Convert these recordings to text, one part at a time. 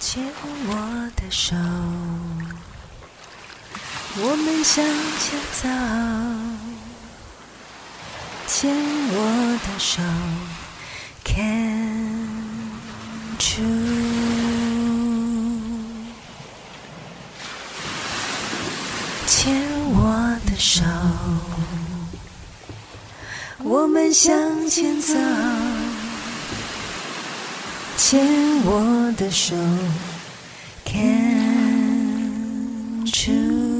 牵我的手，我们向前走，牵我的手 Can true， 牵我的手，我们向前走，牵我的手 Can true。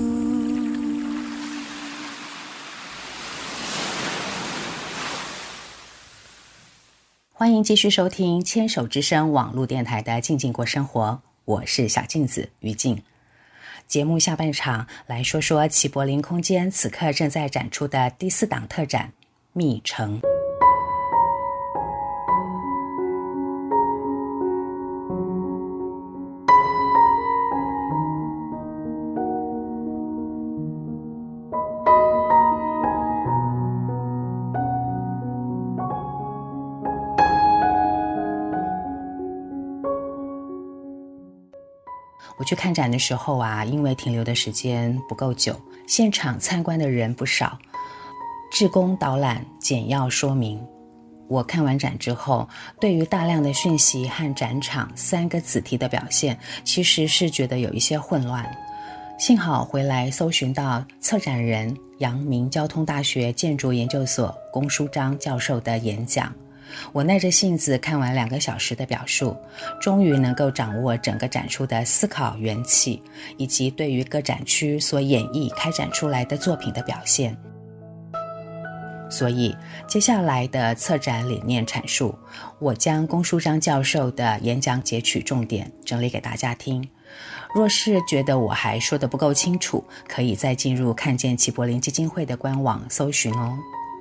欢迎继续收听牵手之声网络电台的静静过生活，我是小镜子于静。节目下半场来说说齐柏林空间此刻正在展出的第4档特展密城。我去看展的时候啊，因为停留的时间不够久，现场参观的人不少，志工导览简要说明。我看完展之后，对于大量的讯息和展场3个子题的表现，其实是觉得有一些混乱。幸好回来搜寻到策展人阳明交通大学建筑研究所龚书章教授的演讲，我耐着性子看完2个小时的表述，终于能够掌握整个展出的思考元气，以及对于各展区所演绎开展出来的作品的表现。所以接下来的策展理念阐述，我将龚书章教授的演讲截取重点整理给大家听。若是觉得我还说得不够清楚，可以再进入看见齐柏林基金会的官网搜寻哦。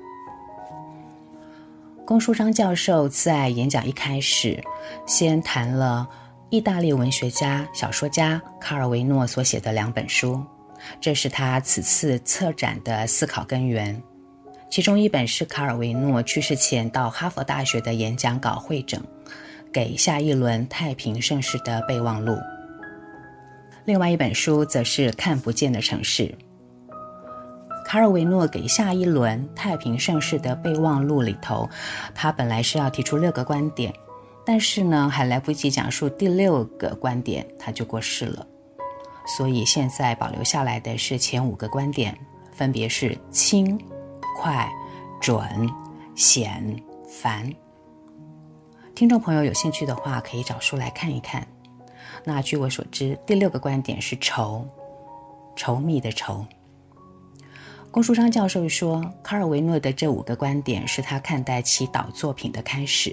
龚书章教授在演讲一开始先谈了意大利文学家、小说家卡尔维诺所写的2本书，这是他此次策展的思考根源。其中一本是卡尔维诺去世前到哈佛大学的演讲稿汇整，给下一轮太平盛世的备忘录。另外一本书则是看不见的城市。卡尔维诺给下一轮太平盛世的备忘录里头，他本来是要提出6个观点，但是呢还来不及讲述第6个观点他就过世了，所以现在保留下来的是前5个观点，分别是轻、快、准、显、繁。听众朋友有兴趣的话可以找书来看一看。那据我所知，第6个观点是稠，稠密的稠。龚书章教授说，卡尔维诺的这5个观点是他看待祈祷作品的开始。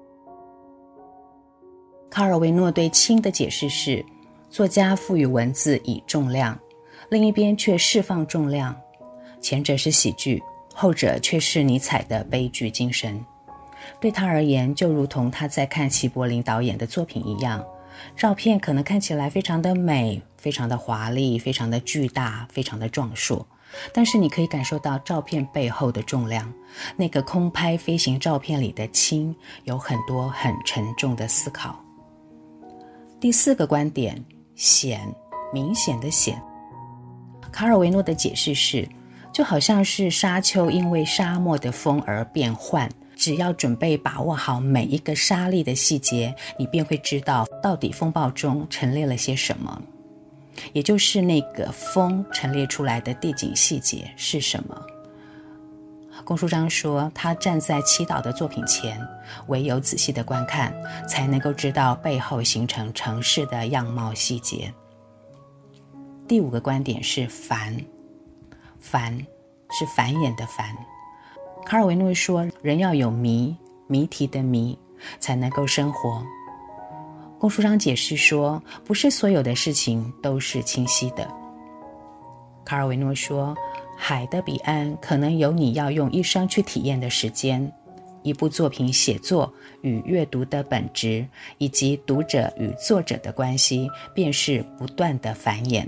卡尔维诺对轻的解释是，作家赋予文字以重量，另一边却释放重量，前者是喜剧，后者却是尼采的悲剧精神。对他而言，就如同他在看齐柏林导演的作品一样，照片可能看起来非常的美，非常的华丽，非常的巨大，非常的壮硕，但是你可以感受到照片背后的重量，那个空拍飞行照片里的轻，有很多很沉重的思考。第4个观点，显，明显的显。卡尔维诺的解释是，就好像是沙丘因为沙漠的风而变幻，只要准备把握好每一个沙粒的细节，你便会知道到底风暴中陈列了些什么，也就是那个风陈列出来的地景细节是什么。龚书章说，他站在祈祷的作品前，唯有仔细的观看，才能够知道背后形成城市的样貌细节。第5个观点是繁，繁是繁衍的繁。卡尔维诺说，人要有谜题的谜，才能够生活。龚书章解释说，不是所有的事情都是清晰的。卡尔维诺说，海的彼岸可能有你要用一生去体验的时间。一部作品写作与阅读的本质，以及读者与作者的关系，便是不断的繁衍。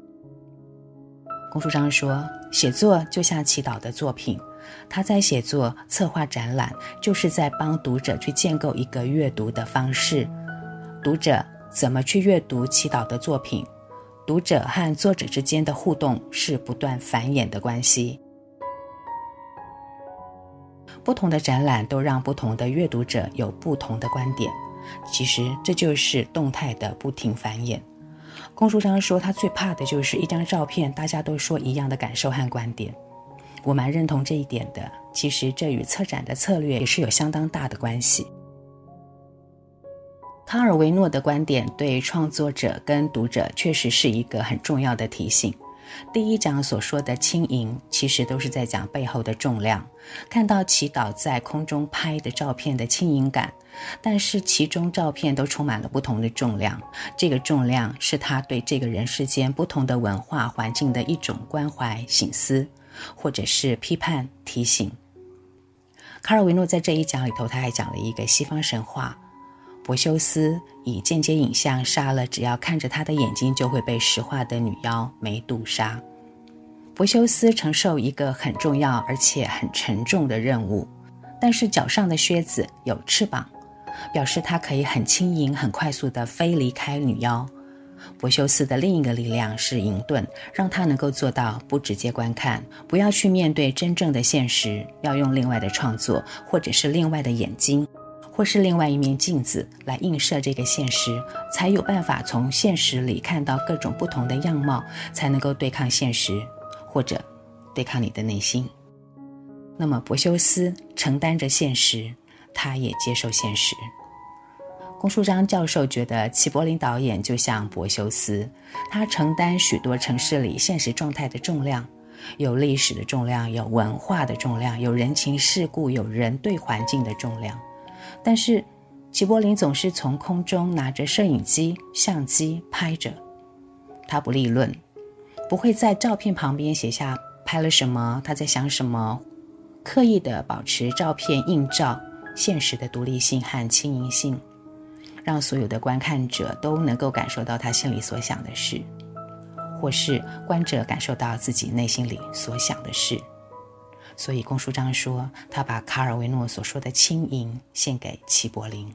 龚书章说，写作就像祈祷的作品，他在写作、策划展览，就是在帮读者去建构一个阅读的方式。读者怎么去阅读祈祷的作品，读者和作者之间的互动是不断繁衍的关系。不同的展览都让不同的阅读者有不同的观点，其实这就是动态的不停繁衍。龚书章说他最怕的就是一张照片大家都说一样的感受和观点，我蛮认同这一点的，其实这与策展的策略也是有相当大的关系。卡尔维诺的观点对创作者跟读者确实是一个很重要的提醒。第一章所说的轻盈，其实都是在讲背后的重量。看到祈祷在空中拍的照片的轻盈感，但是其中照片都充满了不同的重量，这个重量是他对这个人世间不同的文化环境的一种关怀、省思，或者是批判、提醒。卡尔维诺在这一讲里头，他还讲了一个西方神话，柏修斯以间接影像杀了只要看着他的眼睛就会被石化的女妖梅杜莎。柏修斯承受一个很重要而且很沉重的任务，但是脚上的靴子有翅膀，表示他可以很轻盈很快速地飞离开女妖。柏修斯的另一个力量是银盾，让他能够做到不直接观看，不要去面对真正的现实，要用另外的创作，或者是另外的眼睛，或是另外一面镜子来映射这个现实，才有办法从现实里看到各种不同的样貌，才能够对抗现实，或者对抗你的内心。那么柏修斯承担着现实，他也接受现实。龚书章教授觉得齐柏林导演就像柏修斯，他承担许多城市里现实状态的重量，有历史的重量，有文化的重量，有人情世故，有人对环境的重量。但是齐柏林总是从空中拿着摄影机、相机拍着，他不立论，不会在照片旁边写下拍了什么，他在想什么，刻意的保持照片映照现实的独立性和轻盈性，让所有的观看者都能够感受到他心里所想的事，或是观者感受到自己内心里所想的事。所以龚书章说，他把卡尔维诺所说的轻盈献给齐柏林。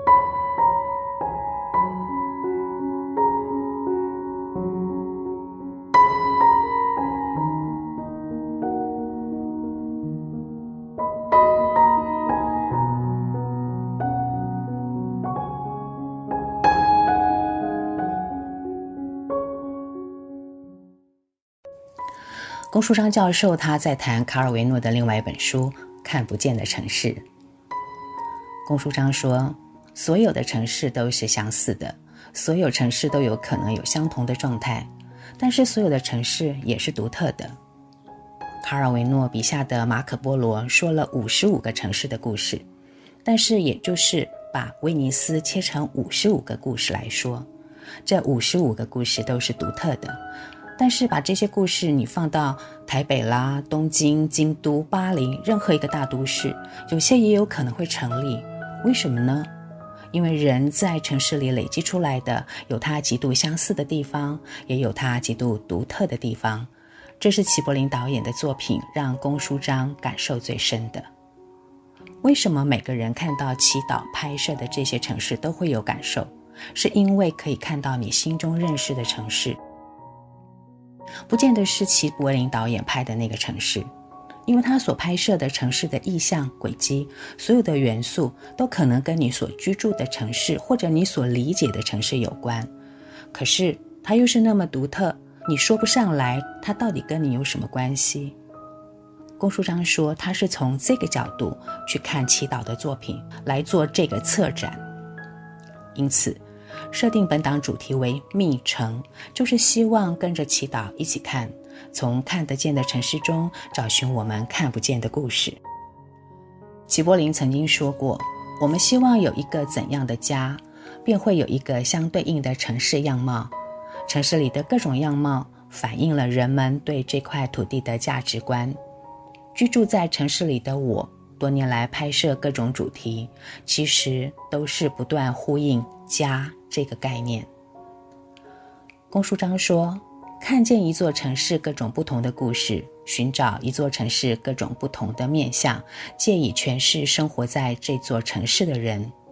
龚书章教授他在谈卡尔维诺的另外一本书《看不见的城市》。龚书章说，所有的城市都是相似的，所有城市都有可能有相同的状态，但是所有的城市也是独特的。卡尔维诺笔下的马可波罗说了55个城市的故事，但是也就是把威尼斯切成55个故事来说，这55个故事都是独特的。但是把这些故事你放到台北啦、东京、京都、巴黎任何一个大都市，有些也有可能会成立。为什么呢？因为人在城市里累积出来的，有它极度相似的地方，也有它极度独特的地方。这是齐柏林导演的作品让龚书章感受最深的。为什么每个人看到祈祷拍摄的这些城市都会有感受？是因为可以看到你心中认识的城市，不见得是齐柏林导演拍的那个城市，因为他所拍摄的城市的意象、轨迹，所有的元素都可能跟你所居住的城市或者你所理解的城市有关。可是它又是那么独特，你说不上来它到底跟你有什么关系。龚书章说，他是从这个角度去看祈祷的作品，来做这个策展。因此设定本档主题为密城，就是希望跟着祈祷一起看，从看得见的城市中找寻我们看不见的故事。齐柏林曾经说过，我们希望有一个怎样的家，便会有一个相对应的城市样貌。城市里的各种样貌反映了人们对这块土地的价值观。居住在城市里的我，多年来拍摄各种主题，其实都是不断呼应家这个概念。龚书章说，看见一座城市各种不同的故事，寻找一座城市各种不同的面向，借以诠释生活在这座城市的人。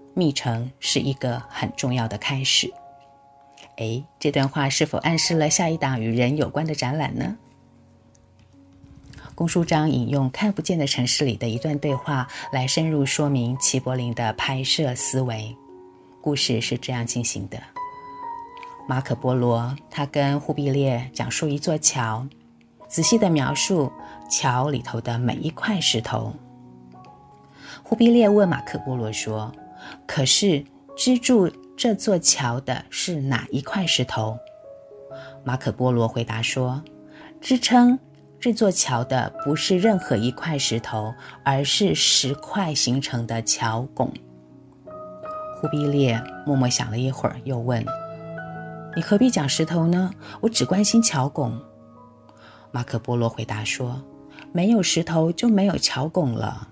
密城是一个很重要的开始。这段话是否暗示了下一档与人有关的展览呢？龚书章引用《看不见的城市》里的一段对话来深入说明齐柏林的拍摄思维。故事是这样进行的：马可波罗他跟忽必烈讲述一座桥，仔细地描述桥里头的每一块石头。忽必烈问马可波罗说，可是支柱这座桥的是哪一块石头？马可波罗回答说，支撑这座桥的不是任何一块石头，而是10块形成的桥拱。忽必烈默默想了一会儿，又问，你何必讲石头呢？我只关心桥拱。马可波罗回答说，没有石头就没有桥拱了。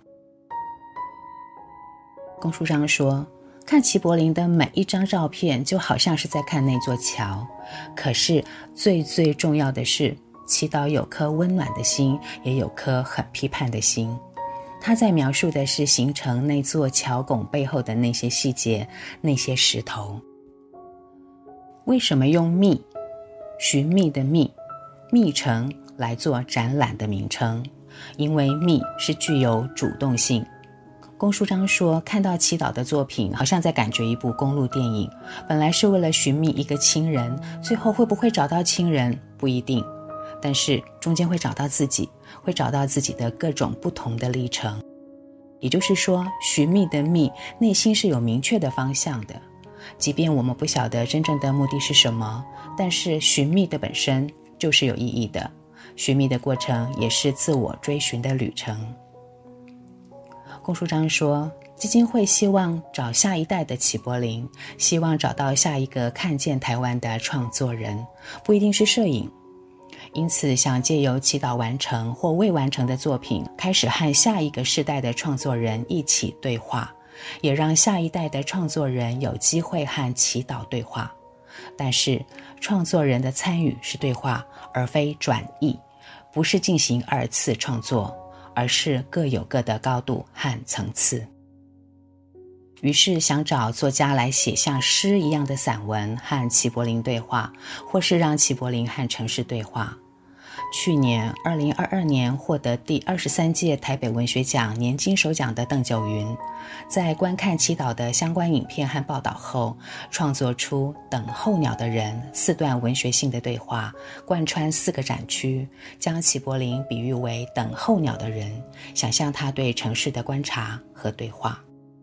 龚书章说，看齐柏林的每一张照片就好像是在看那座桥，可是最重要的是，祈祷有颗温暖的心，也有颗很批判的心。他在描述的是形成那座桥拱背后的那些细节，那些石头。为什么用密，寻觅的觅，密城来做展览的名称？因为密是具有主动性。龚书章说，看到祈祷的作品好像在感觉一部公路电影，本来是为了寻觅一个亲人，最后会不会找到亲人不一定，但是中间会找到自己，会找到自己的各种不同的历程。也就是说，寻觅的觅，内心是有明确的方向的，即便我们不晓得真正的目的是什么，但是寻觅的本身就是有意义的，寻觅的过程也是自我追寻的旅程。龚书章说，基金会希望找下一代的齐柏林，希望找到下一个看见台湾的创作人，不一定是摄影。因此想借由祈祷完成或未完成的作品，开始和下一个世代的创作人一起对话，也让下一代的创作人有机会和祈祷对话。但是创作人的参与是对话，而非转译，不是进行2次创作，而是各有各的高度和层次。于是想找作家来写像诗一样的散文和齐柏林对话，或是让齐柏林和城市对话。去年2022年获得第23届台北文学奖年金首奖的邓九云，在观看祈祷的相关影片和报道后，创作出《等候鸟的人》4段文学性的对话，贯穿4个展区，将齐柏林比喻为等候鸟的人，想象他对城市的观察和对话。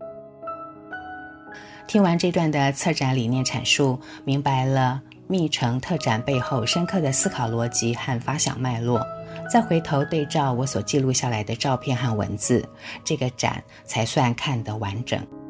听完这段的策展理念阐述，明白了密城特展背后深刻的思考逻辑和发想脉络，再回头对照我所记录下来的照片和文字，这个展才算看得完整。